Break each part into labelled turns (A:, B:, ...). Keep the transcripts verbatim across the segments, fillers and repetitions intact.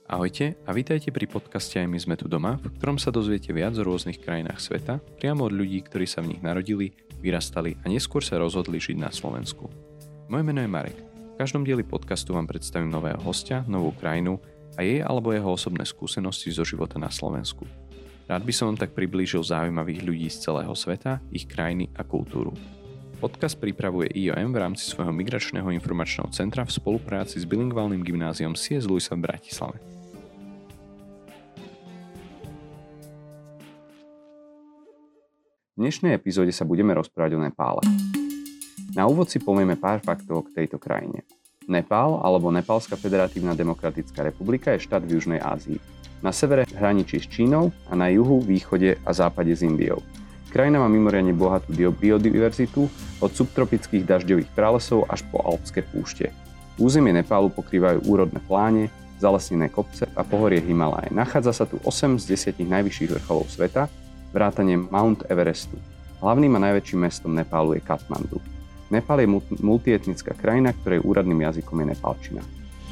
A: Ahojte a vítajte pri podcaste Aj my sme tu doma, v ktorom sa dozviete viac o rôznych krajinách sveta, priamo od ľudí, ktorí sa v nich narodili, vyrastali a neskôr sa rozhodli žiť na Slovensku. Moje meno je Marek. V každom dieli podcastu vám predstavím nového hostia, novú krajinu a jej alebo jeho osobné skúsenosti zo života na Slovensku. Rád by som vám tak priblížil zaujímavých ľudí z celého sveta, ich krajiny a kultúru. Podcast pripravuje í ó em v rámci svojho migračného informačného centra v spolupráci s bilingválnym gymnáziom C S Lewisa v Bratislave. V dnešnej epizóde sa budeme rozprávať o Nepále. Na úvod si povieme pár faktov k tejto krajine. Nepál, alebo Nepálska federatívna demokratická republika, je štát v Južnej Ázii. Na severe hraničí s Čínou a na juhu, východe a západe s Indiou. Krajina má mimoriadne bohatú biodiverzitu, od subtropických dažďových pralesov až po alpské púšte. Územie Nepálu pokrývajú úrodné pláne, zalesnené kopce a pohorie Himalaje. Nachádza sa tu osem z desiatich najvyšších vrcholov sveta, vrátane Mount Everestu. Hlavným a najväčším mestom Nepálu je Katmandu. Nepál je multietnická krajina, ktorej úradným jazykom je nepálčina.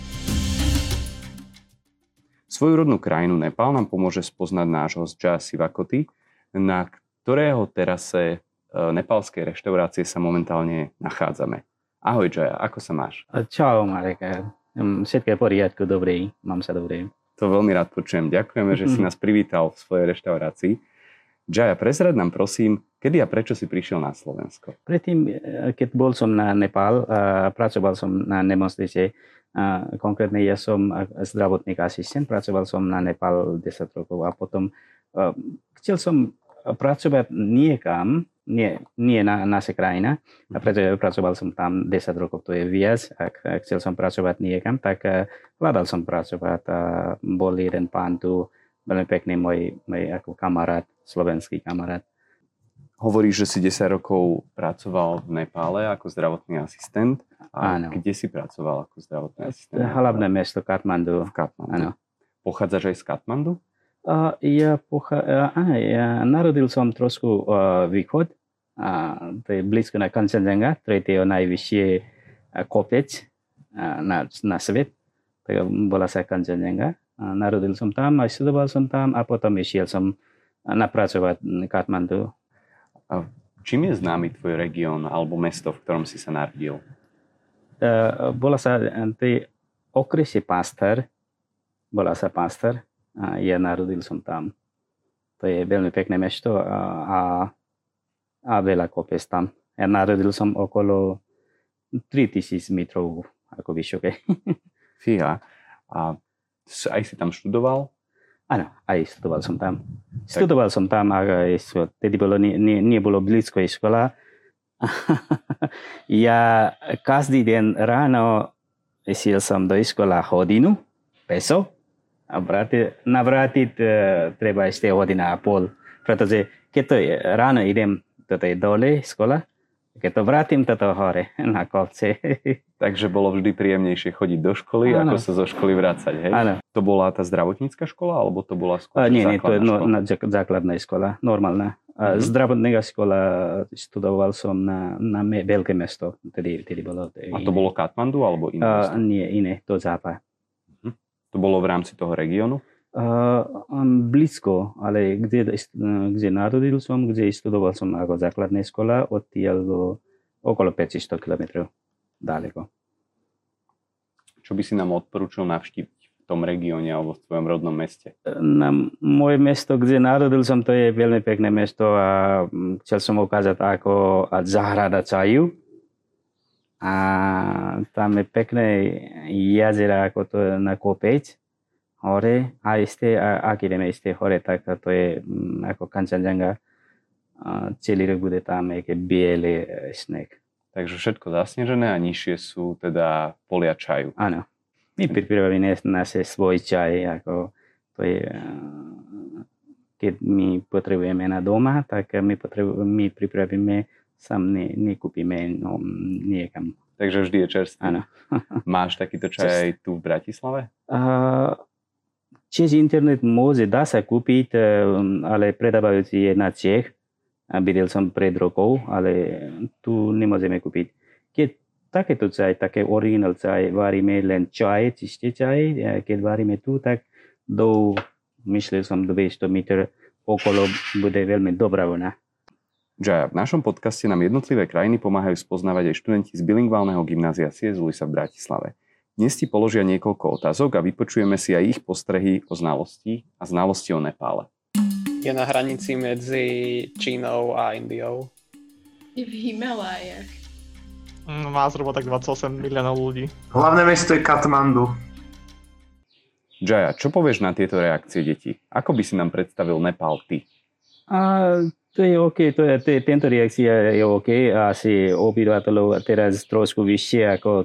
A: Svoju rodnú krajinu Nepál nám pomôže spoznať náš host Jaya Sivakoty, na ktorého terase nepálskej reštaurácie sa momentálne nachádzame. Ahoj Jaya, ako sa máš?
B: Čau Marek, všetko je v poriadku, dobrý, mám sa dobrý.
A: To veľmi rád počujem, ďakujeme, že si nás privítal v svojej reštaurácii. Jaya, prezrad nám prosím, kedy a prečo si prišiel na Slovensko?
B: Predtým, keď bol som na Nepál, pracoval som na nemocnici, konkrétne ja som zdravotník asistent, pracoval som na Nepál desať rokov a potom chcel som pracovať niekam, nie, nie na naša krajina, a pretože pracoval som tam desať rokov, to je viac, ak chcel som pracovať niekam, tak hľadal som pracovať a bol jeden pán tu, veľmi pekný môj, môj ako kamarát, slovenský kamarát.
A: Hovoríš, že si desať rokov pracoval v Nepále ako zdravotný asistent. A áno. Kde si pracoval ako zdravotný asistent?
B: Hlavné mesto Katmandu.
A: V Katmandu.
B: Áno.
A: Pochádzaš aj z Katmandu?
B: Uh, ja, pocha- uh, áno, ja narodil som trošku uh, východ, uh, to je blízko na Kanchenjunga, tretieho najvyššie uh, kopec uh, na, na svet, to bola sa Kanchenjunga. Uh, narodil som tam, a študoval som tam a potom išiel som uh, napracovať v Katmandu.
A: A čím je známy tvoj región alebo mesto, v ktorom si sa narodil?
B: Uh, bola sa uh, tej okresy Pastar, bola sa Pastar. A ja narodil som tam. To je veľmi pekné mesto a, a, a veľa kopec tam. Ja narodil som okolo tritisíc metrov ako vysoké.
A: Fíha. A aj si tam študoval?
B: Áno, aj študoval som tam. Tak. Študoval som tam, a tedy bolo, nie, nie, nebolo blízko škola. Ja každý deň ráno išiel som do škola hodinu, peso. A vrátiť, navrátiť uh, treba ešte hodina a pol. Pretože keď to je, ráno idem toto je dole škola, keď to vrátim toto hore na kopce. Takže bolo vždy príjemnejšie chodiť do školy, ano. Ako sa zo školy vrácať, hej? Áno.
A: To bola tá zdravotnícka škola, alebo to bola skôr
B: uh, nie, nie, to je no,
A: škola?
B: základná škola, normálna. Uh, mm-hmm. Zdravotná škola študoval som na, na me, veľké mesto. Tedy, tedy bolo, tedy
A: a to iné. Bolo Katmandu, alebo iné uh, mesto?
B: Nie, iné, to západ.
A: To bolo v rámci toho regiónu?
B: Uh, um, blízko, ale kde, kde narodil som, kde študoval som ako základná škola, odtiaľ do okolo päťsto kilometrov ďaleko.
A: Čo by si nám odporúčil navštíviť v tom regióne alebo v tvojom rodnom meste?
B: Na moje mesto, kde narodil som, to je veľmi pekné mesto a chcel som ukázať ako záhrada čaju. A tam je pekné jazera, ako to je na kopec, hore, a isté, a ak ideme isté hore, tak to je ako Kanchenjunga, celý rok bude tam nejaké biele sneh.
A: Takže všetko zasnežené a nižšie sú teda polia čaju.
B: Áno, my pripravíme naše svoj čaj, ako to je, keď my potrebujeme na doma, tak my, potrebu- my pripravíme sam ne, nekúpime no, niekam.
A: Takže vždy je čerstvý.
B: Áno.
A: Máš takýto čaj aj tu v Bratislave?
B: Uh, cez internet môže, dá sa kúpiť, ale predávajúci je na Čech. Videl som pred rokov, ale tu nemôžeme kúpiť. Keď takéto čaj, také originál čaj, varíme len čaj, čisté čaj, keď varíme tu, tak do, myslel som dvesto meter okolo bude veľmi dobrá vlna.
A: Jaya, v našom podcaste nám jednotlivé krajiny pomáhajú spoznávať aj študenti z bilingválneho gymnázia C S Lewisa v Bratislave. Dnes ti položia niekoľko otázok a vypočujeme si aj ich postrehy o znalosti a znalosti o Nepále.
C: Je na hranici medzi Čínou a Indiou.
D: Je v Himalájach.
E: Má zhruba tak dvadsaťosem miliónov ľudí.
F: Hlavné mesto je Katmandu.
A: Jaya, čo povieš na tieto reakcie detí? Ako by si nám predstavil Nepál ty?
B: A to je OK, to je, to je, tento reakcia je OK. Asi obyvateľov teraz trošku vyššie ako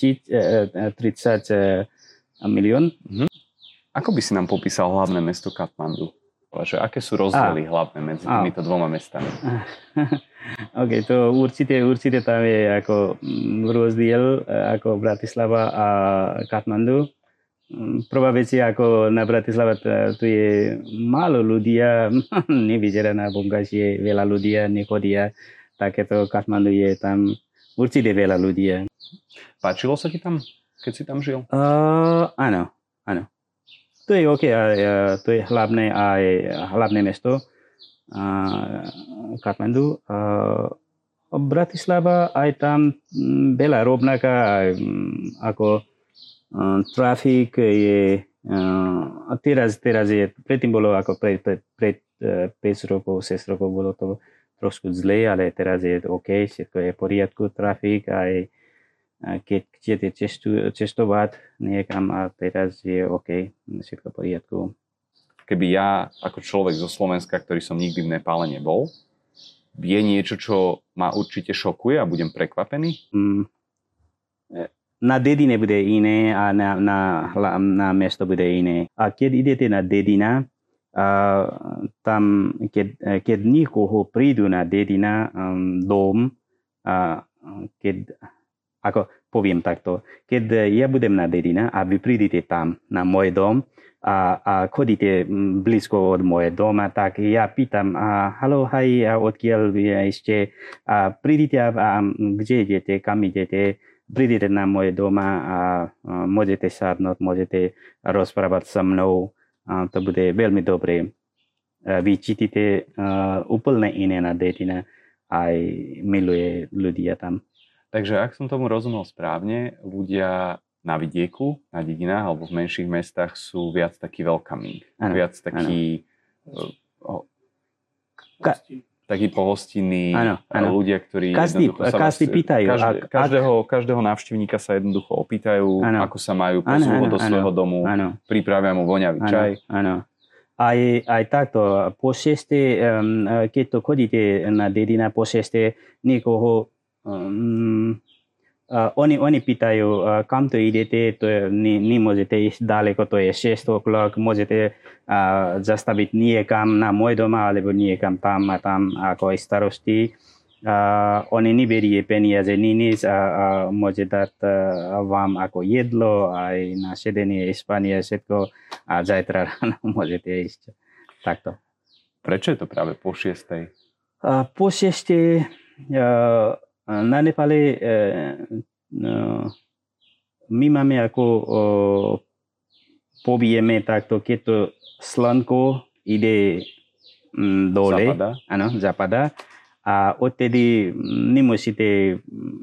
B: tridsať milión.
A: Mhm. Ako by si nám popísal hlavné mesto Katmandu? Že aké sú rozdiely a, hlavné medzi týmito a, dvoma mestami?
B: OK, to určite, určite tam je ako rozdiel ako Bratislava a Katmandu. Prvá vec je, ako na Bratislava tu je málo ľudia, nevyzerá na vonkaž je veľa ľudia, nechodia. Takéto Katmandu je tam určite veľa ľudia.
A: Páčilo sa ti tam, keď si tam žil?
B: Uh, áno, áno. To je OK, a, a, to je hlavné, aj hlavné mesto uh, Katmandu. Uh, Bratislava aj tam veľa rovnaká ako Uh, trafik je, uh, teraz, teraz je, predtým bolo ako pred, pred, pred uh, päť rokov, šesť rokov bolo to trošku zlé, ale teraz je OK, všetko je v poriadku, trafik, aj uh, keď chcete cestu, cestovať niekam a teraz je OK, všetko v poriadku.
A: Keby ja ako človek zo Slovenska, ktorý som nikdy v Nepále nebol, je niečo, čo ma určite šokuje a budem prekvapený?
B: Mm. Na dedine bude iné a na, na, na mesto bude iné. A keď idete na dedina, uh, tam, keď, keď nikoho prídu na dedina um, dom, uh, keď, ako poviem takto, keď ja budem na dedina a vy prídete tam na môj dom a, a chodíte blízko od môjho doma, tak ja pýtam, a halo, hej, a odkiaľ vy ešte, a prídete a, a kde idete, kam idete, prídete na moje doma a môžete sadnúť, môžete rozprávať so mnou. A to bude veľmi dobré. Vy cítite úplne iné na dedina, aj miluje ľudia tam.
A: Takže ak som tomu rozumel správne, ľudia na vidieku, na dedinách alebo v menších mestách sú viac takí welcoming. Ano, viac takí oh, Ka- takí pohostinní ľudia, ktorí
B: každý,
A: jednoducho sa
B: každý
A: vás,
B: pýtajú.
A: Každé, každého, každého návštevníka sa jednoducho opýtajú, ano. Ako sa majú, pozvú ho do svojho domu, ano. Pripravia mu voňavý ano. Čaj.
B: Áno. Aj, aj takto, po šeste, um, keď to chodíte na dedina, po šeste niekoho, um, uh, oni, oni pýtajú, uh, kam to idete, to je, ne, nemôžete ísť daleko, to je šesť o'clock, môžete uh, zastaviť niekam na môj doma, alebo niekam tam a tam, ako aj starosti. Uh, oni neberie peniaze, nič a, a môže dať uh, vám ako jedlo, aj na sedenie, spanie, všetko a zajtra ráno môžete ísť. Takto.
A: Prečo je to práve po šiestej?
B: Uh, po šiestej uh, na Nepále uh, uh, my máme ako uh, povieme takto, keď to slnko ide um, dole,
A: zapadá.
B: Áno, zapadá. A odtedy nemusíte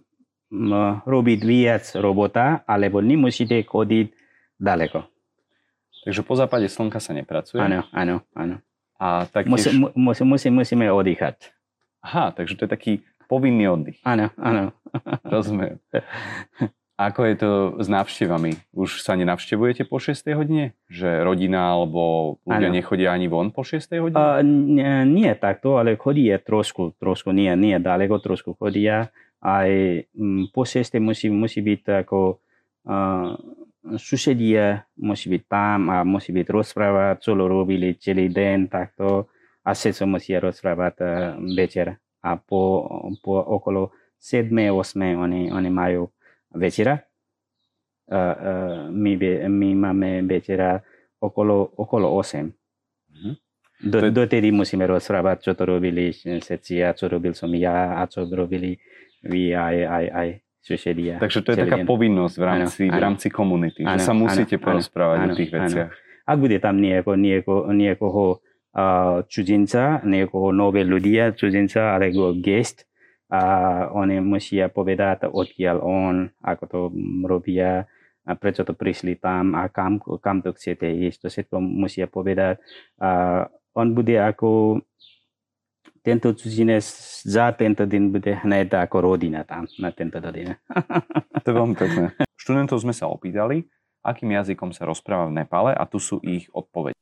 B: robiť viac robota, alebo nemusíte chodiť ďaleko.
A: Takže po západe slnka sa nepracuje?
B: Áno, áno, áno.
A: A taktiež...
B: Musí, musí, musí, musíme oddychať.
A: Aha, takže to je taký povinný oddych.
B: Áno, áno.
A: Rozumiem. A ako je to s návštevami? Už sa nenavštevujete po šiestej hodine? Že rodina alebo ľudia ano. Nechodia ani von po šiestej hodine?
B: Uh, nie, nie takto, ale chodia trošku, trošku, nie, nie daleko, trošku chodia. Aj um, po šiestej musí, musí byť ako uh, susedia, musí byť tam a musí byť rozprávať, čo robili celý deň, takto. A všetko musí rozprávať uh, večer. A po, po okolo sedem osem oni, oni majú večera. Uh, uh, my, my máme večera okolo, okolo osem. Mm-hmm. Do, to... Dotedy musíme rozprávať, čo to robili všetci a čo robil som ja a čo robili vy aj, aj, aj susedia.
A: Takže to je taká deň. Povinnosť v rámci, ano, v rámci komunity, ano, že sa musíte ano, porozprávať ano, o tých veciach.
B: ak bude tam nieko, nieko, niekoho uh, cudzinca, niekoho nové ľudia, cudzinca alebo guest, a oni musia povedať, odkiaľ on, ako to robia, a prečo to prišli tam a kam, kam to chcete ísť. To všetko musia povedať. A on bude ako tento cudzinec za tento deň bude hneď ako rodina tam na tento deň.
A: To je veľmi pekné. Študentov sme sa opýtali, akým jazykom sa rozpráva v Nepále a tu sú ich odpovede.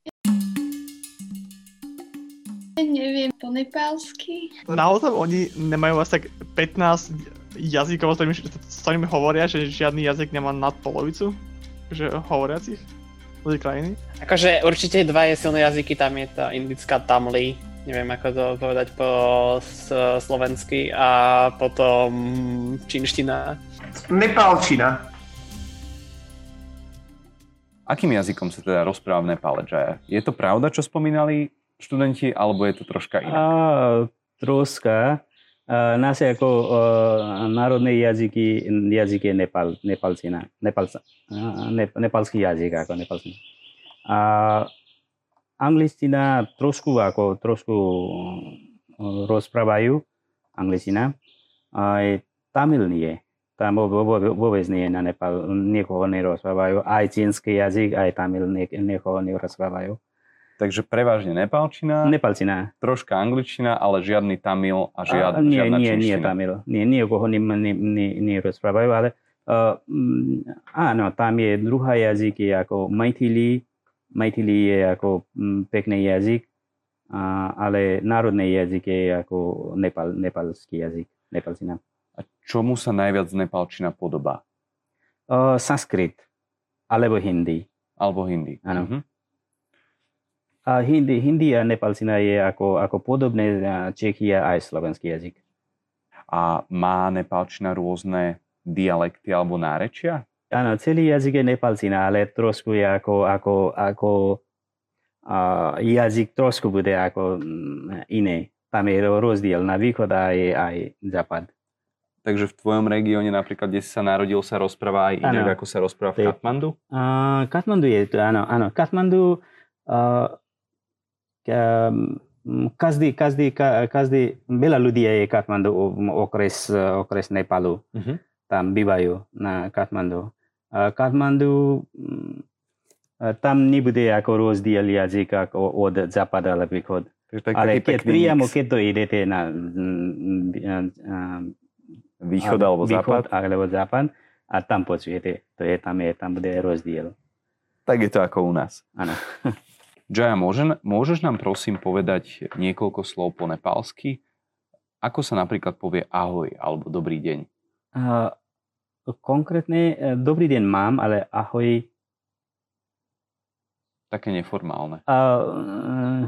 D: Neviem po nepálsky.
E: Naozaj oni nemajú asi tak pätnásť jazykov, s ktorými, s ktorými hovoria, že žiadny jazyk nemá nad polovicu, že hovoriacich ľudí krajiny.
C: Akože určite dva je silné jazyky, tam je tá indická tamli, neviem ako to povedať po slovensky, a potom čínština.
F: Nepálčina.
A: Akým jazykom sa teda rozpráva v Nepále, Jaya? Je to pravda, čo spomínali študenti, alebo je to troška inak?
B: A, troška. A, naše ako uh, národné jazyky, jazyk je Nepal, Nepalčina. Nepalca, ne, nepalský jazyk ako Nepalčina. A angličtina trošku ako trošku rozprávajú angličtina. A tamil nie. Tam vôbec nie na Nepal, niekoho nerozprávajú. Aj čínsky jazyk, aj tamil niekoho nerozprávajú.
A: Takže prevažne nepálčina,
B: Nepalčina.
A: troška angličtina, ale žiadny tamil a žiad,
B: a, nie,
A: žiadna
B: nie,
A: čínština.
B: nie tamil. Nie, niekoho nerozprávajú, ale uh, áno, tam je druhá jazyk, je ako Maithili. Maithili je ako um, pekný jazyk, uh, ale národný jazyk je ako Nepal, nepalský jazyk, nepalčina.
A: A čomu sa najviac nepálčina podobá?
B: Uh, Sanskrit, alebo Hindi.
A: Alebo hindi.
B: Áno.
A: Mhm.
B: A hindi, hindi a nepalčina je ako, ako podobné Čechia aj slovenský jazyk.
A: A má nepálčina rôzne dialekty alebo nárečia?
B: Áno, celý jazyk je nepalčina, ale trošku je ako, ako, ako uh, jazyk trošku bude ako um, iné. Tam je rozdiel na východ aj, aj západ.
A: Takže v tvojom regióne napríklad, kde si sa narodil, sa rozpráva aj inak, ano. Ako sa rozpráva v Katmandu?
B: Uh, Katmandu je to, áno, áno. Katmandu uh, Um, každý, každý, každý, veľa ľudí je Katmandu, okres, okres Nepalu. Uh-huh. Tam bývajú na Katmandu. Uh, Katmandu, um, tam nebude ako rozdiel jazyk ako od západa alebo východ. Ale keď priamo, keď to idete na um, um,
A: východ alebo
B: východ,
A: západ,
B: alebo západ a tam počujete, to je, tam, je, tam bude rozdiel.
A: Tak je to ako u nás.
B: Áno.
A: Jaya, môže, môžeš nám prosím povedať niekoľko slov po nepálsky? Ako sa napríklad povie ahoj alebo dobrý deň?
B: Uh, konkrétne dobrý deň mám, ale ahoj...
A: Také neformálne.
B: Uh, uh,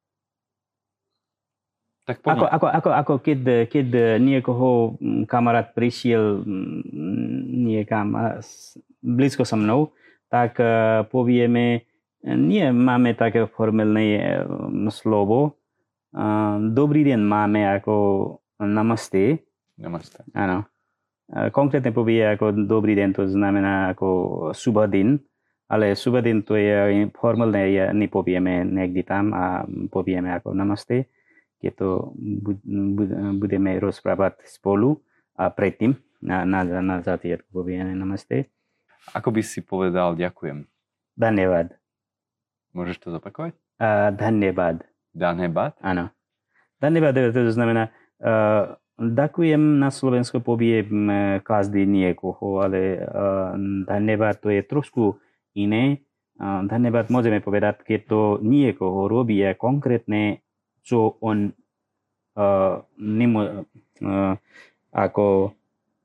A: tak
B: ako, ako, ako, ako keď, keď niekoho kamarát prišiel niekam blízko so mnou, tak uh, povieme, nie máme také formálne slovo. Dobrý deň máme ako namaste.
A: Namaste.
B: Áno. Konkrétne povie ako dobrý deň, to znamená ako subadin, ale subadin to je formálne, nepovieme niekde tam a povieme ako namaste, keď to budeme rozprávať spolu a predtým na, na, na začiatku povieme namaste.
A: Ako by si povedal ďakujem?
B: Dhanyavad.
A: Môžeš to zopakovať?
B: Uh, Dhanyavad.
A: Dhanyavad?
B: Áno. Dhanyavad to znamená, uh, ďakujem na Slovensku poviem každý niekoho, ale uh, Dhanyavad to je trošku iné. Uh, Dhanyavad môžeme povedať, keď to niekoho robí konkrétne, čo on uh, nemo, uh, ako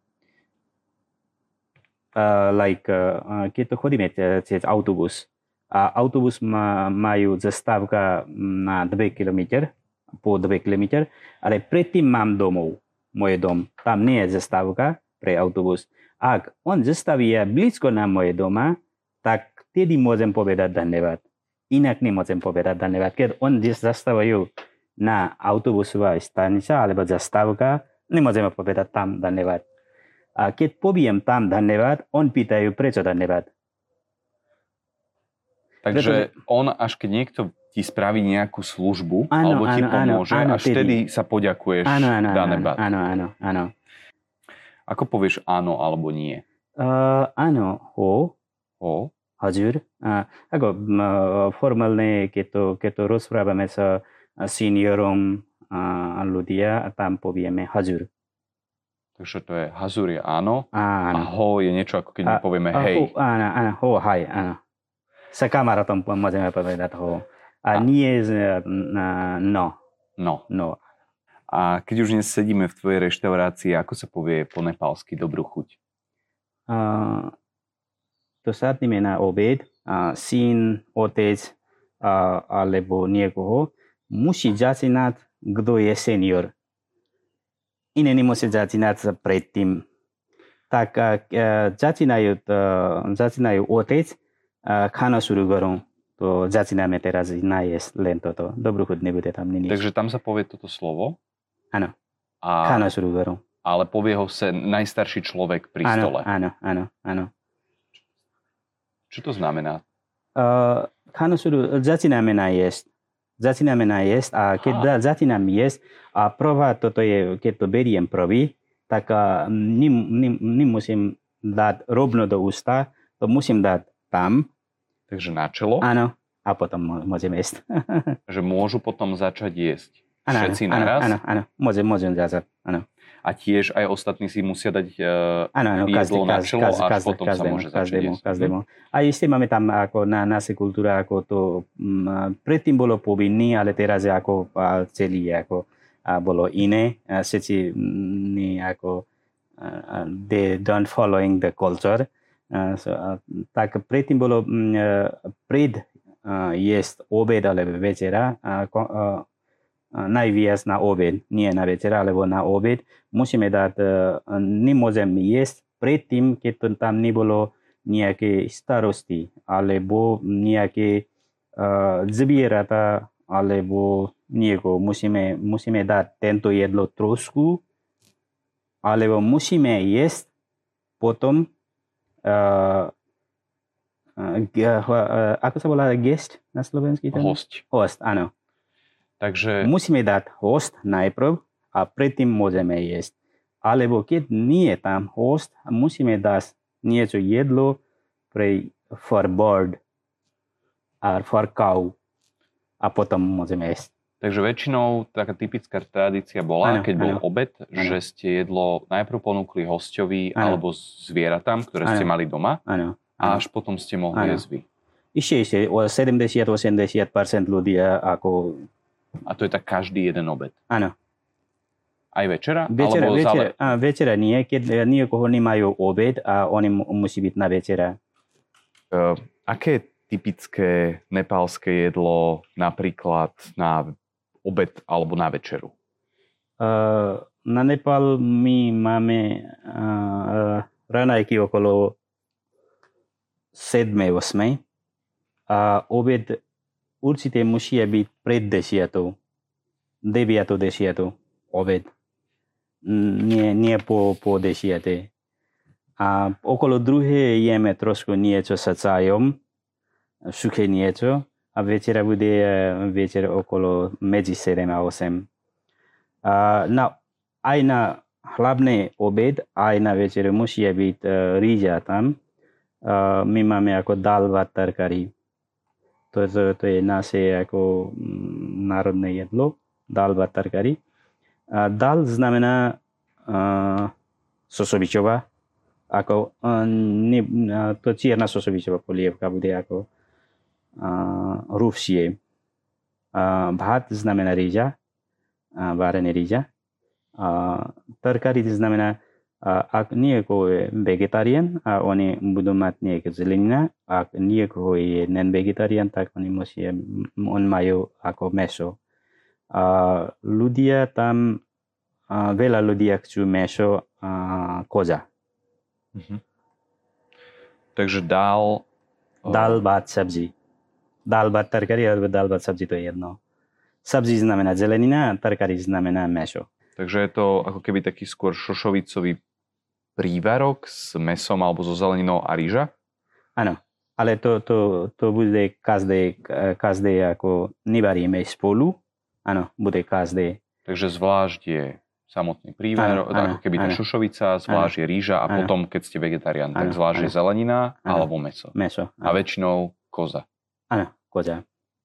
B: uh, like, uh, keď to chodíme cez autobus, a autobus má, majú zastávka na dva kilometre, po dva kilometre, ale predtým mám domov, môj dom. Tam nie je zastávka pre autobus. Ak on zastaví blízko na moje doma, tak tedy môžem povedať Dhanyavad. Inak nemôžem povedať Dhanyavad. Keď on zastavujú na autobusová stanica alebo zastávka, nemôžeme povedať tam Dhanyavad. A keď poviem tam Dhanyavad, on pýtajú, prečo Dhanyavad.
A: Takže Preto... on, až keď niekto ti spraví nejakú službu,
B: áno,
A: alebo ti
B: áno,
A: pomôže,
B: áno,
A: až vtedy sa poďakuješ
B: áno, áno,
A: Danebat.
B: Áno, áno, áno.
A: Ako povieš áno alebo nie?
B: Uh, áno, ho.
A: Ho?
B: Hazur. Uh, ako uh, formálne, keď to, keď to rozprávame sa seniorom uh, ľudia, tam povieme hazur.
A: Takže to je hazur je áno,
B: áno.
A: A ho je niečo ako keď my povieme
B: a,
A: hej.
B: Ho, áno, áno, ho, hej, áno. Sa kamarátom môžeme povedať ho. A, a nie z uh, no.
A: No.
B: No.
A: A keď už dnes sedíme v tvojej reštaurácii, ako sa povie po nepálsky dobrú chuť?
B: Uh, to sadneme na obed, uh, syn, otec uh, alebo niekoho musí začínať, kto je senior. Iné nemusí začínať predtým. Tak uh, začínajú, uh, začínajú otec, uh, Khana šuru grom. To začíname teraz najesť len toto. Dobrú chuť nebude tam nič.
A: Takže tam sa povie toto slovo?
B: Áno.
A: A...
B: Khana šuru grom.
A: Ale povie ho sa najstarší človek pri
B: áno,
A: stole.
B: Áno, áno, áno.
A: Čo to znamená?
B: Uh, Khana šuru, začíname najesť. Začíname najesť a keď Aha. začínam jesť a prvá toto je, keď to beriem prvý, tak uh, nemusím dať rovno do ústa, to musím dať tam.
A: Takže na čelo?
B: Áno, a potom môžem jesť.
A: Že môžu potom začať jesť
B: áno,
A: všetci
B: áno,
A: naraz?
B: Áno, áno, môžem, môžem začať, áno.
A: A tiež aj ostatní si musia dať uh,
B: áno, áno,
A: jedlo
B: každý,
A: na čelo
B: každý,
A: a
B: každý,
A: potom
B: každému,
A: sa môže začať
B: každému,
A: jesť.
B: Každému. A ešte máme tam ako na naše kultúra, ako to um, predtým bolo povinné, ale teraz je ako uh, celý ako uh, bolo iné. Uh, všetci um, ako uh, they don't following the culture. Uh, so, uh, tak predtým bolo um, uh, pred uh, jesť obed alebo večera, uh, uh, najviac na obed, nie na večera, alebo na obed, musíme dať, uh, nemôžem jesť predtým, keď to tam nebolo nejaké starosti, alebo nejaké uh, zvieratá, alebo nieko. Musíme, musíme dať tento jedlo trošku, alebo musíme jesť potom, uh, uh, uh, ako sa volá guest na slovenský?
A: Host.
B: Host, áno.
A: Takže...
B: Musíme dať host najprv a predtým môžeme jesť. Alebo keď nie je tam host, musíme dať niečo jedlo pre for bird a for cow a potom môžeme jesť.
A: Takže väčšinou taká typická tradícia bola, ano, keď bol ano. obed, ano. že ste jedlo najprv ponúkli hosťovi ano. alebo zvieratám, ktoré ano. ste mali doma ano. a až potom ste mohli ano. jesť vy.
B: Ešte, ešte, sedemdesiat až osemdesiat percent ľudia ako...
A: A to je tak každý jeden obed?
B: Áno.
A: Aj večera?
B: Večera,
A: alebo
B: večera,
A: zále...
B: a večera nie, keď niekoho nemajú obed a oni musí byť na večera.
A: Uh, aké je typické nepálske jedlo napríklad na obed alebo na večeru?
B: Uh, na Nepal my máme uh, ranajky okolo sedem osem a obed určite musí byť pred desiatou, deviatou desiatou obed, nie, nie po, po desiate. A okolo druhé jeme trošku niečo sa čajom, suché niečo a večera bude večer okolo medzi sedem a osem. A na, aj na hlavný obed, aj na večer musí byť uh, rýža tam. Uh, my máme ako dal vat tarkari. To, to, to je naše ako národné jedlo, dal vat tarkari. A dal znamená uh, sosovičová, ako uh, ne, uh, to čierna sosovičová polievka bude ako uh, rúfšie. Uh, bhat znamená rýža, uh, varené rýža. Uh, tarkari znamená ak niekoho je vegetarián a oni budú mať nejaké zelenina, ak niekoho je non-vegetarián, tak oni musí, on majú ako meso. A ľudia tam, a veľa ľudia chcú meso a koza.
A: Mhm. Takže dal...
B: Dal bhat sabzi. Dal bhat tarkari alebo dal bhat sabzi, to je jedno. Sabzi znamená zelenina, tarkari znamená meso.
A: Takže je to ako keby taký skôr šošovicový prívarok s mesom alebo so zeleninou a rýža?
B: Áno, ale to, to, to bude každé, každé ako nevaríme spolu, áno, bude každé.
A: Takže zvlášť je samotný prívar,
B: Áno, áno,
A: ako keby tá
B: áno.
A: šušovica, zvlášť je rýža a
B: áno.
A: potom, keď ste vegetarián, tak
B: Áno,
A: zvlášť je
B: áno.
A: zelenina
B: Áno.
A: alebo mäso.
B: Meso.
A: A väčšinou koza.
B: Áno, koza.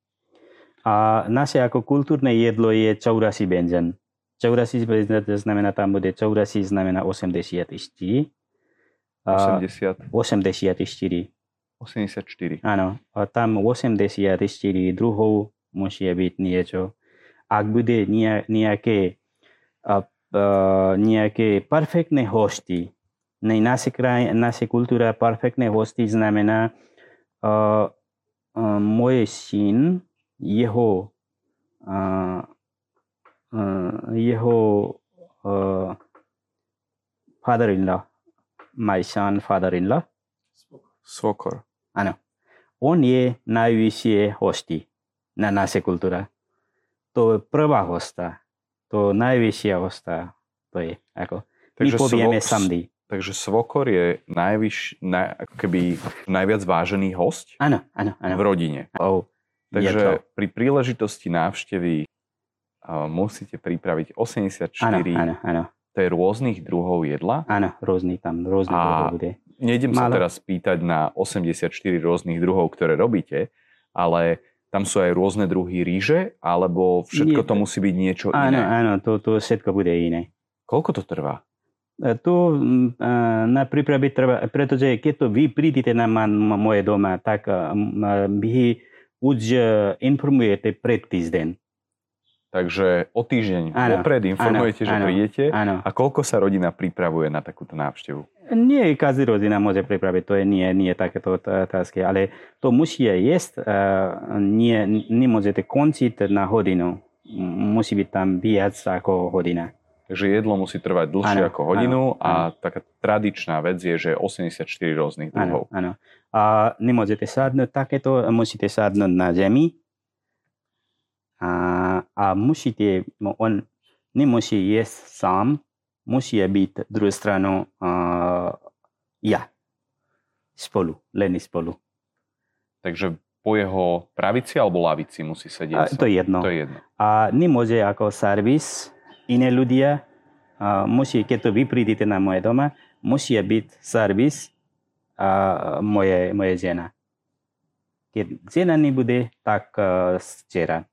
B: A naše ako kultúrne jedlo je čaurasi benzín. Čaurasi benzín znamená, tam bude čaurasi znamená osemdesiatštyri. A
A: osemdesiat,
B: osemdesiatštyri.
A: osemdesiatštyri.
B: Áno, a tam osemdesiatštyri druhov musí byť niečo. Ak bude nejaké, a, a, nejaké perfektné hosty, ne, naše, kraj, naše kultúra perfektné hosty znamená a, a, môj syn, jeho, a, a, jeho a, father-in-law, my son father-in-law,
A: Svokor.
B: áno, on je najvyššie hosti na naše kultúra. To je prvá hosta, to najvyššia hosta, to je ako,
A: Takže
B: my povieme
A: svo-
B: samdy.
A: Takže svokor je najvyš, naj, ako keby najviac vážený hosť
B: Áno, áno, áno.
A: v rodine.
B: Oh,
A: Takže pri príležitosti návštevy uh, musíte pripraviť osemdesiatštyri
B: áno, áno, áno,
A: to je rôznych druhov jedla.
B: áno, rôzny tam, rôzny
A: A
B: druhov bude.
A: Nejdem sa
B: Málo.
A: teraz pýtať na osemdesiatštyri rôznych druhov, ktoré robíte, ale tam sú aj rôzne druhy ríže, alebo všetko
B: Nie,
A: to musí byť niečo
B: Áno,
A: iné.
B: áno, to, to všetko bude iné.
A: Koľko to trvá?
B: E, To mm, a, na príprave trvá, pretože keď to vy prídete na ma- ma- moje doma, tak a, m- vy už e, informujete pred týždeň.
A: Takže o týždeň
B: Áno,
A: vopred informujete,
B: áno,
A: že
B: áno,
A: prídete.
B: Áno.
A: A koľko sa rodina pripravuje na takúto návštevu?
B: Nie každý rodina môže pripraviť, to je nie, nie takéto otázky, ale to musí jesť, uh, nie, nemôžete končiť na hodinu. M- Musí byť tam viac ako hodina.
A: Takže jedlo musí trvať dlhšie
B: Áno,
A: ako hodinu
B: áno,
A: a taká tradičná vec je, že osemdesiatštyri rôznych druhov.
B: Áno, áno. A nemôžete sadnúť takéto, musíte sadnúť na zemi a, a musíte, on nemusí jesť sám, musí byť druhú stranu uh, ja. Spolu, len spolu.
A: Takže po jeho pravici alebo lavici musí sedieť.
B: A, to je jedno.
A: To je jedno.
B: A nemôže ako servis iné ľudia, a musí, keď to vy prídete na moje doma, musí byť servis a moje, moje žena. Keď žena nebude, tak uh, dcera.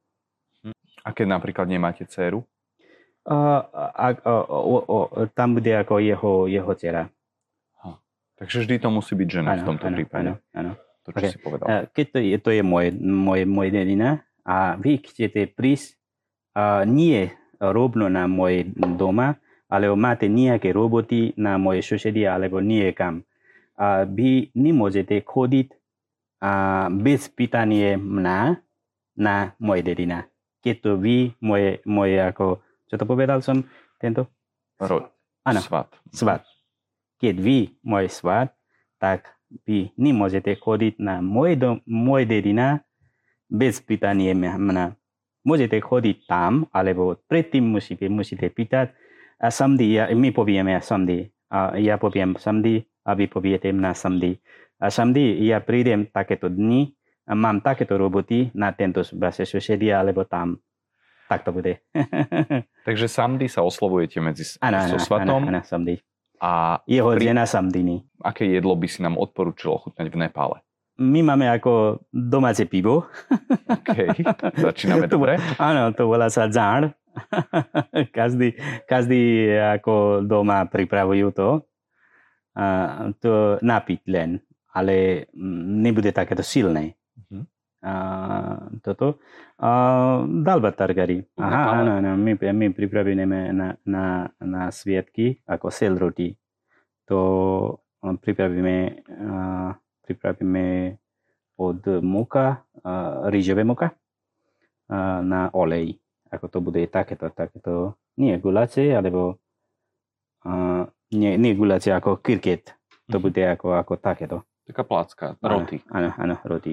A: A keď napríklad nemáte dceru?
B: Uh, a, a, o, o, tam bude ako jeho, jeho dcera.
A: Takže vždy to musí byť žena v tomto
B: áno,
A: prípade.
B: áno, áno.
A: To, čo
B: Okay.
A: si povedal.
B: Uh, keď to je, to je moje, moje, moje dedina a vy chcete prísť uh, nie rovno na moje doma, ale máte nejaké roboty na moje susedie alebo niekam. A vy nemôžete chodiť uh, bez pýtania mňa na moje dedina. Keď to vy, moje, moje ako, čo to povedal som, tento?
A: Ro-
B: Áno.
A: Svat.
B: Svat. Keď vy, môj svat, tak vy nemôžete chodiť na môj, dom, môj dedina bez pýtania mňa. Môžete chodiť tam, alebo predtým musíte, musíte pýtať. A samdy, ja, my povieme samdy. A ja poviem samdy, a vy poviete mňa samdy. A samdy, ja prídem takéto dni, a mám takéto roboty na tento vaše susedie, alebo tam. Tak to bude.
E: Takže samdy sa oslovujete medzi s-
B: Áno,
E: so
B: áno,
E: svatom.
B: áno, áno, samdy.
E: A
B: Jeho
E: pri-
B: žena samdiny.
E: aké jedlo by si nám odporúčil ochutnať v Nepále?
B: My máme ako domáce pivo.
E: OK, začíname
B: To-
E: dobre.
B: Áno, to volá sa dzár. každý, každý ako doma pripravujú to. A to napiť len, ale mm, nebude takéto silné.
E: Mhm.
B: A toto. A dalba targari.
E: V
B: Aha,
E: Nepále?
B: áno, áno, my, my pripravíme na, na, na sviatky ako sel roti. To um, pripravíme, uh, pripravíme od moka, uh, rýžové moka uh, na olej. Ako to bude takéto, takéto, nie guláce, alebo uh, nie, nie guláce ako kirket. To
E: Mhm.
B: bude ako, ako takéto.
E: Taká placka, roty.
B: Áno, áno, roti.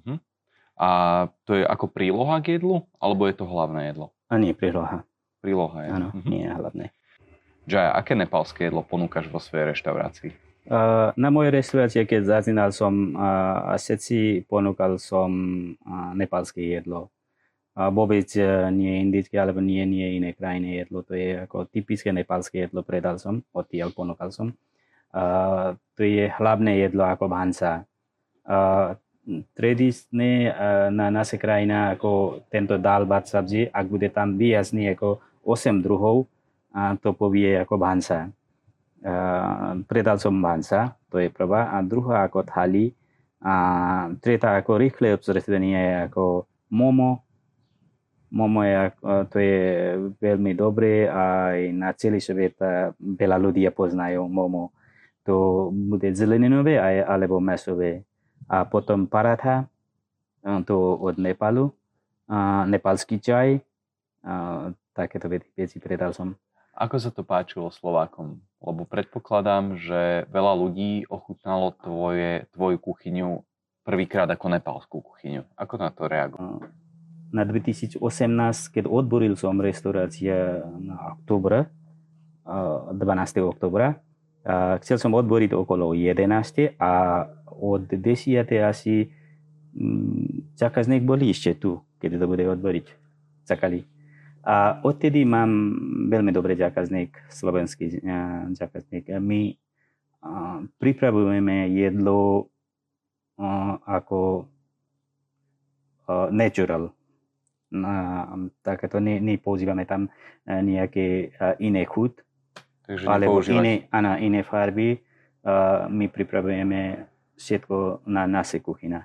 E: A to je ako príloha k jedlu? Alebo je to hlavné jedlo?
B: A nie príloha.
E: Príloha je.
B: Áno,
E: Mhm.
B: nie hlavné.
E: Jaya, aké nepálske jedlo ponúkaš vo svojej reštaurácii?
B: Uh, na mojej reštaurácii, keď začínal som, uh, všetci ponúkal som uh, nepálske jedlo. Uh, vôbec uh, nie indické, alebo nie, nie iné krajné jedlo. To je ako typické nepálske jedlo, predal som, odtiaľ ponúkal som. Uh, to je hlavné jedlo ako bhansa. Uh, tradičné uh, na naše krajina ako tento dal bhat sabzi, ak bude tam výjazný ako osem druhov, uh, to povie ako bhansa. Uh, predal som bhansa, to je prvá. A druhá ako thali. A tretá ako rýchle občerstvenie je ako momo. Momo je, uh, to je veľmi dobré a aj na celý svet uh, veľa ľudí poznajú momo. To bude zeleninové alebo mesové. A potom paratha, uh, to od Nepalu. Uh, nepalský čaj, uh, takéto veci predal som.
A: Ako sa to páčilo Slovákom? Lebo predpokladám, že veľa ľudí ochutnalo tvoje, tvoju kuchyňu prvýkrát ako nepálskú kuchyňu. Ako na to reagovalo?
B: Na dvetisícosemnásť, keď odboril som reštaurácia na októbra, dvanásteho októbra, chcel som odboriť okolo jedenástej a od desiatej asi zákazník boli ešte tu, keď to bude odboriť. Čakali. A odtedy mám veľmi dobrý zákazník, slovenský zákazník. My uh, pripravujeme jedlo uh, ako uh, natural. Uh, takéto ne, nepoužívame tam uh, nejaké uh, iné chuť, alebo iné, áno, iné farby. Uh, my pripravujeme všetko na naše kuchyna.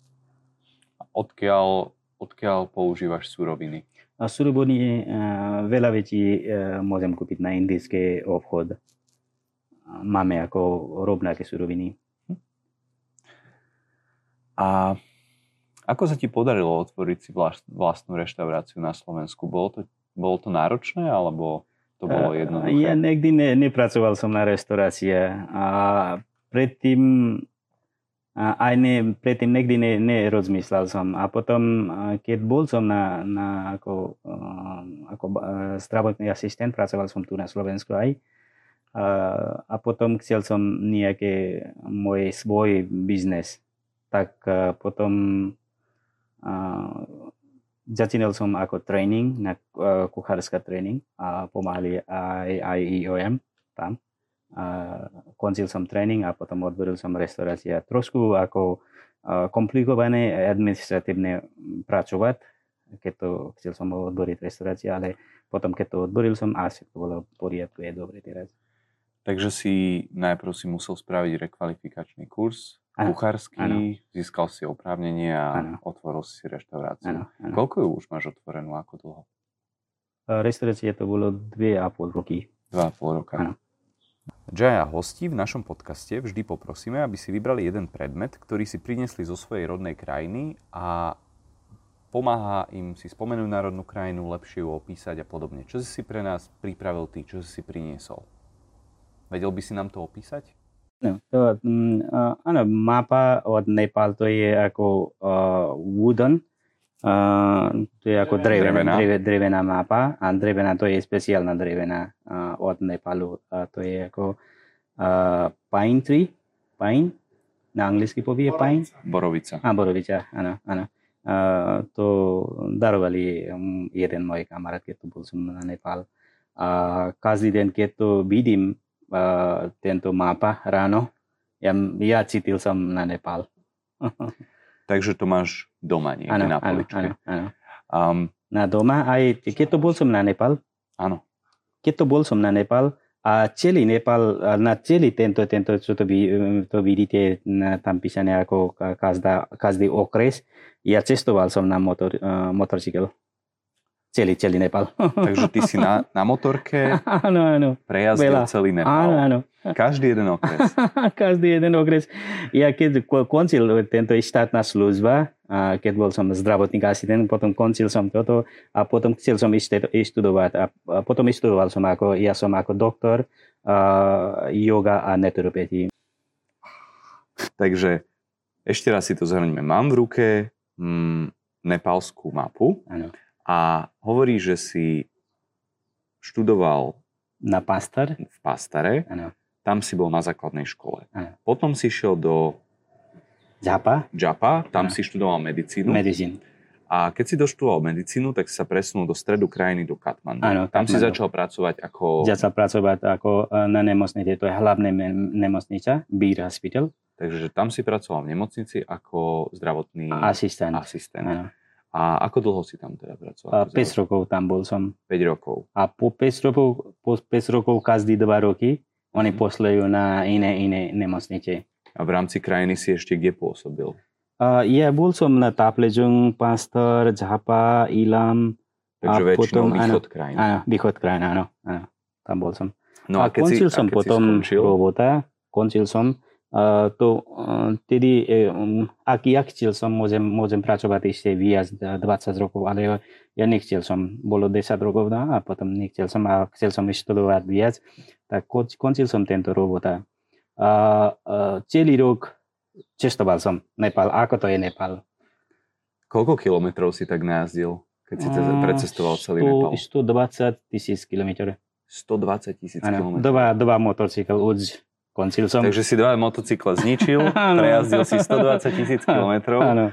A: Odkiaľ, odkiaľ používaš suroviny?
B: A suroviny uh, veľa vecí uh, môžem kúpiť na indický obchod. Uh, máme ako rovnaké suroviny.
A: A ako sa ti podarilo otvoriť si vlast, vlastnú reštauráciu na Slovensku? Bolo to, bolo to náročné, alebo to bolo jednoduché?
B: Uh, ja nikdy ne, nepracoval som na reštaurácii. A predtým A aj ne, predtým nikdy ne, nerozmyslel som. A potom, keď bol som na, na ako, ako zdravotný asistent, pracoval som tu na Slovensku aj. A, a potom chcel som nejaký môj svoj biznes. Tak potom a, začínal som ako tréning, na kuchárska tréning a pomáhali aj, aj í ó em tam. Uh, končil som tréning a potom odboril som reštaurácia. Trošku ako uh, komplikované administratívne pracovať, keď to chcel som odboriť reštaurácia, ale potom keď to odboril som, asi to bolo v poriadku, je dobre teraz.
A: Takže si najprv si musel spraviť rekvalifikačný kurz, ano, kuchársky, ano. Získal si oprávnenie a ano. Otvoril si reštauráciu. Ano, ano. Koľko ju už máš otvorenú, ako dlho?
B: Uh, reštaurácia to bolo dve a pol roky.
A: Dva a pol roka. Ano. Jaya hostí v našom podcaste vždy poprosíme, aby si vybrali jeden predmet, ktorý si priniesli zo svojej rodnej krajiny a pomáha im si spomenúť národnú krajinu, lepšie ju opísať a podobne. Čo si si pre nás pripravil ty, čo si si priniesol? Vedel by si nám to opísať?
B: No, to, uh, áno, mapa od Nepal to je ako uh, wooden, uh, to je ako drevená, drevená. drevená mapa a drevená to je špeciálna drevená uh, od Nepalu. Uh, to je ako uh, pine tree, pine, na anglicky povie pine.
A: Borovica.
B: A borovica, áno, áno. Uh, to darovali um, jeden môj kamarát, keď tu bol som na Nepal. A každý deň, keď to vidím, uh, tento mapa ráno, ja, ja cítil som na Nepal.
A: Takže to máš doma niekde ano, na poličke.
B: Áno, áno.
A: Um,
B: na doma, aj keď to bol som na Nepal.
A: Áno.
B: Keď to bol som na Nepal, a celý Nepal, na celý tento, tento čo to, vy, to vidíte tam písané ako každá, každý okres, ja cestoval som na motor, uh, motorcykel. Celý, celý Nepal.
A: Takže ty si na, na motorke
B: áno, áno.
A: prejazdil Veľa. celý Nepal.
B: Áno, áno.
A: Každý jeden okres.
B: Každý jeden okres. Ja keď končil tento štátna služba, keď bol som zdravotník asistent, potom končil som toto a potom chcel som študovať. A potom študoval som ako, ja som ako doktor uh, yoga a naturopathy.
A: Takže ešte raz si to zhrňme. Mám v ruke mm, nepálskú mapu.
B: Áno.
A: A hovorí, že si študoval
B: na Pastar.
A: v Pastare.
B: Áno.
A: tam si bol na základnej škole.
B: Áno.
A: Potom si šiel do
B: Japa,
A: Japa, tam
B: Áno.
A: si študoval medicínu.
B: medicín.
A: A keď si doštudoval medicínu, tak si sa presunul do stredu krajiny, do Katmandu.
B: Áno,
A: tam si
B: Katmandu.
A: začal pracovať ako...
B: Začal pracovať ako eh, na nemocnici, to je hlavná me- nemocnica, Beer Hospital,
A: Takže tam si pracoval v nemocnici ako zdravotný
B: asistent.
A: asistent.
B: Áno.
A: A ako dlho si tam teda pracoval?
B: A
A: ako
B: päť
A: zdravotný-
B: rokov tam bol som.
A: päť rokov.
B: A po päť rokov, po päť rokov každý dva roky oni pošlejú na iné, iné nemocnice.
A: A v rámci krajiny si ešte kde pôsobil?
B: Uh, ja bol som na Taplejung, Pastor, Japa, Ilam.
A: Takže
B: A
A: väčšinou
B: potom,
A: východ krajiny.
B: Áno, východ krajiny, áno, áno. Tam bol som.
A: No
B: a končil som
A: a keď
B: potom
A: si skončil,
B: robota, končil som. Uh, to uh, tedy, um, ak ja chcel som, môžem, môžem pracovať ešte viac dvadsať rokov, ale ja, ja nechcel som. Bolo desať rokov no, a potom nechcel som a chcel som študovať viac. Tak končil som tento robota. Uh, uh, celý rok cestoval som Nepal. Ako to je Nepal?
A: koľko kilometrov si tak najazdil, keď si te- precestoval celý Nepal?
B: stodvadsať tisíc kilometrov.
A: stodvadsať tisíc
B: Áno,
A: kilometrov.
B: dva, dva motocykl už končil som.
A: Takže si dva motocykle zničil,
B: Áno.
A: prejazdil si stodvadsať tisíc kilometrov.
B: Áno.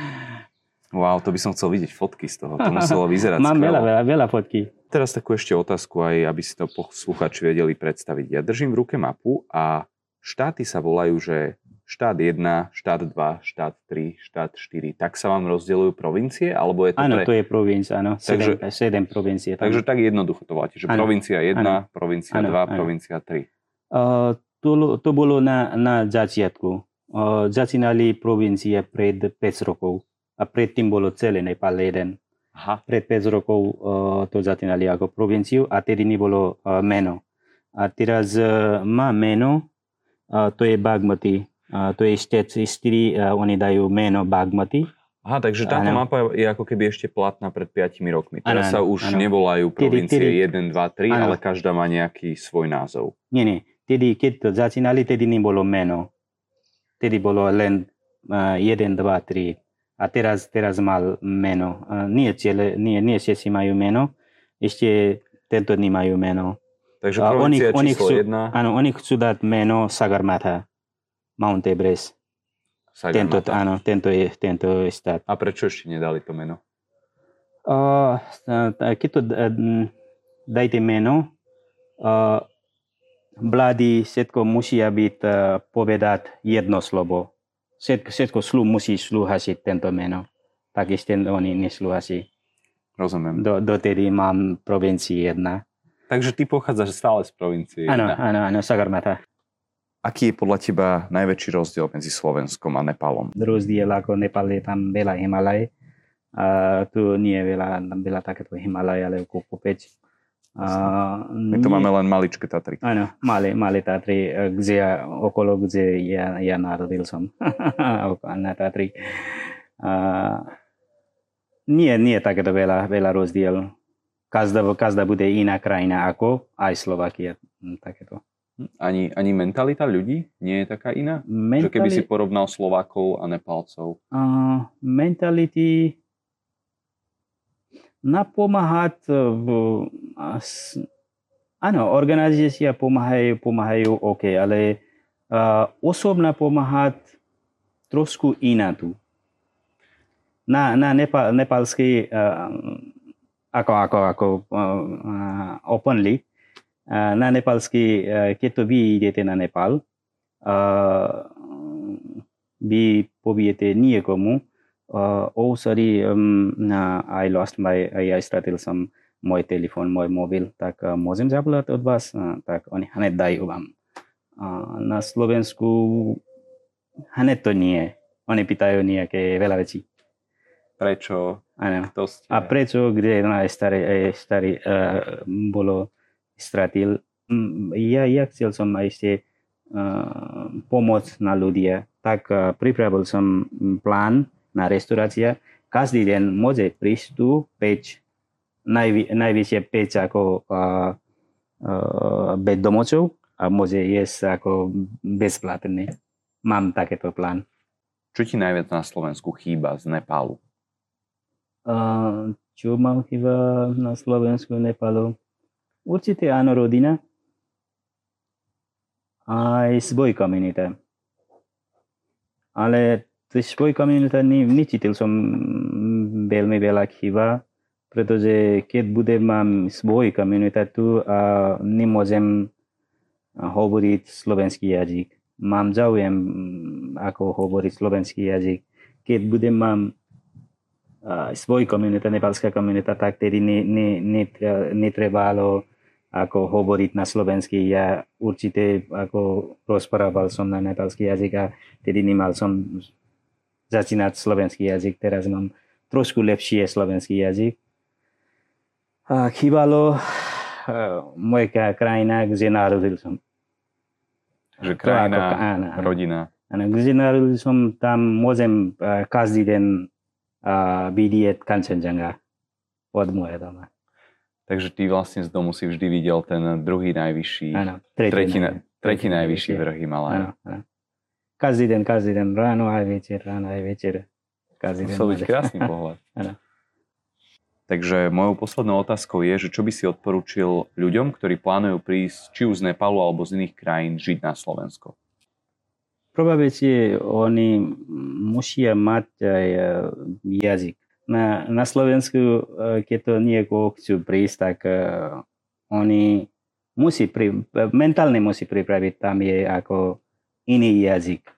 A: Wow, to by som chcel vidieť fotky z toho. To muselo vyzerať
B: Mám
A: skvelo.
B: veľa, veľa, veľa fotky.
A: Teraz takú ešte otázku aj, aby si to posluchači vedeli predstaviť. Ja držím v ruke mapu a štáty sa volajú, že štát jeden, štát dva, štát tri, štát štyri. Tak sa vám rozdeľujú provincie? Alebo je to
B: Áno,
A: pre...
B: to je provincia, áno. Sedem,
A: Takže-
B: sedem provincie. tam.
A: Takže tak jednoducho to voláte, že
B: Áno.
A: provincia jeden,
B: Áno.
A: provincia
B: Áno,
A: dva,
B: áno.
A: provincia tri.
B: Uh, to, to bolo na, na začiatku. Uh, začínali provincie pred päť rokov. A predtým bolo celé Nepal jeden.
A: Aha.
B: Pred päť rokov uh, to začínali ako provinciu a tedy nebolo uh, meno. A teraz uh, má meno, uh, to je Bagmati. Uh, to je štát štyri, uh, oni dajú meno Bagmati.
A: Aha, takže táto
B: Áno.
A: mapa je ako keby ešte platná pred piatimi rokmi. Teraz
B: Áno,
A: sa
B: áno,
A: už
B: áno.
A: nevolajú provincie
B: Tedy- tedy-
A: jeden, dva, tri,
B: áno.
A: ale každá má nejaký svoj názov.
B: Nie, nie. Tedy, keď to začínali, tedy nebolo meno. Tedy bolo len uh, jeden, dva, tri. A teraz, teraz mal meno. Uh, nie, celé, nie, nie všetci majú meno. Ešte tento nemajú meno.
A: Takže
B: A oni,
A: provincia
B: oni,
A: číslo
B: chcú,
A: jedna,
B: áno, oni chcú dať meno Sagarmatha. Mount Everest. Tento,
A: Sagarmatha.
B: áno, tento je tento je štát.
A: A prečo ešte nedali to meno?
B: Uh, keď to uh, dajte meno, uh, vlády všetko musia byť uh, povedať jedno slovo. Všetko, všetko slú, musí slúhasiť tento meno. Tak ešte oni neslúhasí.
A: Rozumiem.
B: Do, dotedy mám provincii jedna.
A: Takže ty pochádzaš stále z provincie
B: Áno,
A: jedna.
B: áno, áno, Sagarmatha.
A: Aký je podľa teba najväčší rozdiel medzi Slovenskom a Nepalom?
B: Rozdiel ako Nepal je tam veľa Himalaj. A tu nie je veľa, veľa takéto Himalaj, ale ako kopec. A
A: My to
B: nie-
A: máme len maličké Tatry.
B: Áno, malé, malé Tatry, eh, kde ja, okolo, kde ja, ja narodil som. Na Tatry. A nie, nie takéto veľa, veľa rozdiel. Každá, každá bude iná krajina ako aj Slovakia. Hm, Takéto.
A: Ani, ani mentalita ľudí nie je taká iná? Že keby si
B: Mentali-
A: porovnal Slovákov a Nepálcov.
B: uh, mentality napomáhať v, as, áno, organizácia pomáhajú, pomáhajú OK, ale uh, osobná pomáhať trošku iná tu. Na, na Nepal, nepalský, uh, ako, ako, ako uh, uh, openly, uh, na nepalský, uh, keď to vy idete na Nepal, uh, vy poviete niekomu, uh, oh sorry, um, uh, I lost my, I, I stratil som môj telefon, môj mobil, tak uh, môžem zavolať od vás, uh, tak oni hned dajú vám. Uh, na Slovensku hned to nie. Oni pýtajú nejaké veľa vecí.
A: Prečo?
B: Áno.
A: Kto ste?
B: A prečo, kde je starý, eh, starý uh, bolo stratil? Mm, Ja, ja chcel som ešte uh, pomôcť na ľudia. Tak uh, pripravil som plán na restaurácia. Každý deň môže prísť tu peč, najvi, najvyššie peč ako uh, uh, bezdomovcov a môže jesť ako bezplatne. Mám takéto plán.
A: Čo ti najviac na Slovensku chýba z Nepálu?
B: Uh, čo mám chyba na Slovensku, Nepalu? Určite áno, rodina. aj svoj komunita. Ale svoj komunita necítil som veľmi veľa chyba, pretože keď budem mám svoj komunita tu a nemôžem hovoriť slovenský jazyk. Mám záujem, ako hovoriť slovenský jazyk. Keď budem mám uh, svoj komunita, nepálska komunita, tak tedy ne, ne, netre, netrebalo ako hovoriť na slovenský. Ja určite ako rozprával som na nepálsky jazyk a tedy nemal som začínať slovenský jazyk. Teraz mám trošku lepšie slovenský jazyk. A chýbalo uh, moja krajina, kde narodil som.
A: Že krajina,
B: ako, áno,
A: rodina.
B: Áno, kde narodil som, tam môžem uh, každý deň uh, vidieť Kanchenjunga od moje doma.
A: Takže ty vlastne z domu si vždy videl ten druhý najvyšší,
B: áno, tretí,
A: tretí,
B: naj,
A: tretí najvyšší vrch Himalája.
B: Každý deň, každý deň, ráno aj večer, ráno aj večer. Každý
A: Musel byť krásny pohľad.
B: Áno.
A: Takže mojou poslednou otázkou je, že čo by si odporúčil ľuďom, ktorí plánujú prísť či už z Nepálu alebo z iných krajín žiť na Slovensko?
B: Prvá vec je, oni musia mať aj jazyk. Na, na Slovensku, keď to niekoho chcú prísť, tak uh, oni musí, pri, mentálne musí pripraviť, tam je ako iný jazyk.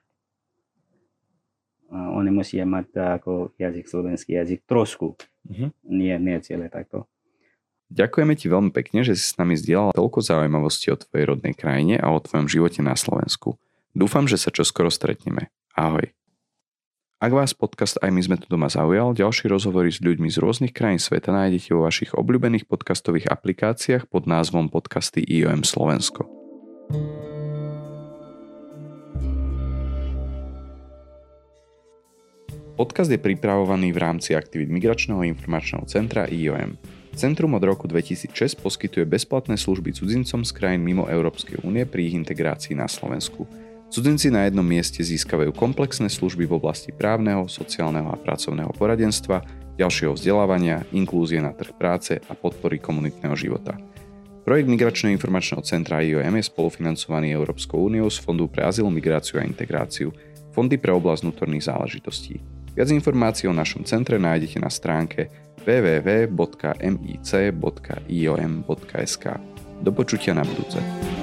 B: Uh, oni musia mať ako jazyk, slovenský jazyk, trošku. Uh-huh. Nie, nie celé takto.
A: Ďakujeme ti veľmi pekne, že si s nami zdieľal toľko zaujímavostí o tvojej rodnej krajine a o tvojom živote na Slovensku. Dúfam, že sa čoskoro stretneme. Ahoj. Ak vás podcast Aj my sme tu doma zaujal, ďalšie rozhovory s ľuďmi z rôznych krajín sveta nájdete vo vašich obľúbených podcastových aplikáciách pod názvom Podcasty í ó em Slovensko. Podcast je pripravovaný v rámci aktivít Migračného informačného centra í ó em. Centrum od roku dvetisícšesť poskytuje bezplatné služby cudzincom z krajín mimo Európskej únie pri ich integrácii na Slovensku. Cudzinci na jednom mieste získavajú komplexné služby v oblasti právneho, sociálneho a pracovného poradenstva, ďalšieho vzdelávania, inklúzie na trh práce a podpory komunitného života. Projekt Migračného informačného centra í ó em je spolufinancovaný Európskou úniou z Fondu pre azyl, migráciu a integráciu, Fondy pre oblasť vnútorných záležitostí. Viac informácií o našom centre nájdete na stránke w w w bodka mic bodka i o m bodka es ka. Do počutia na budúce.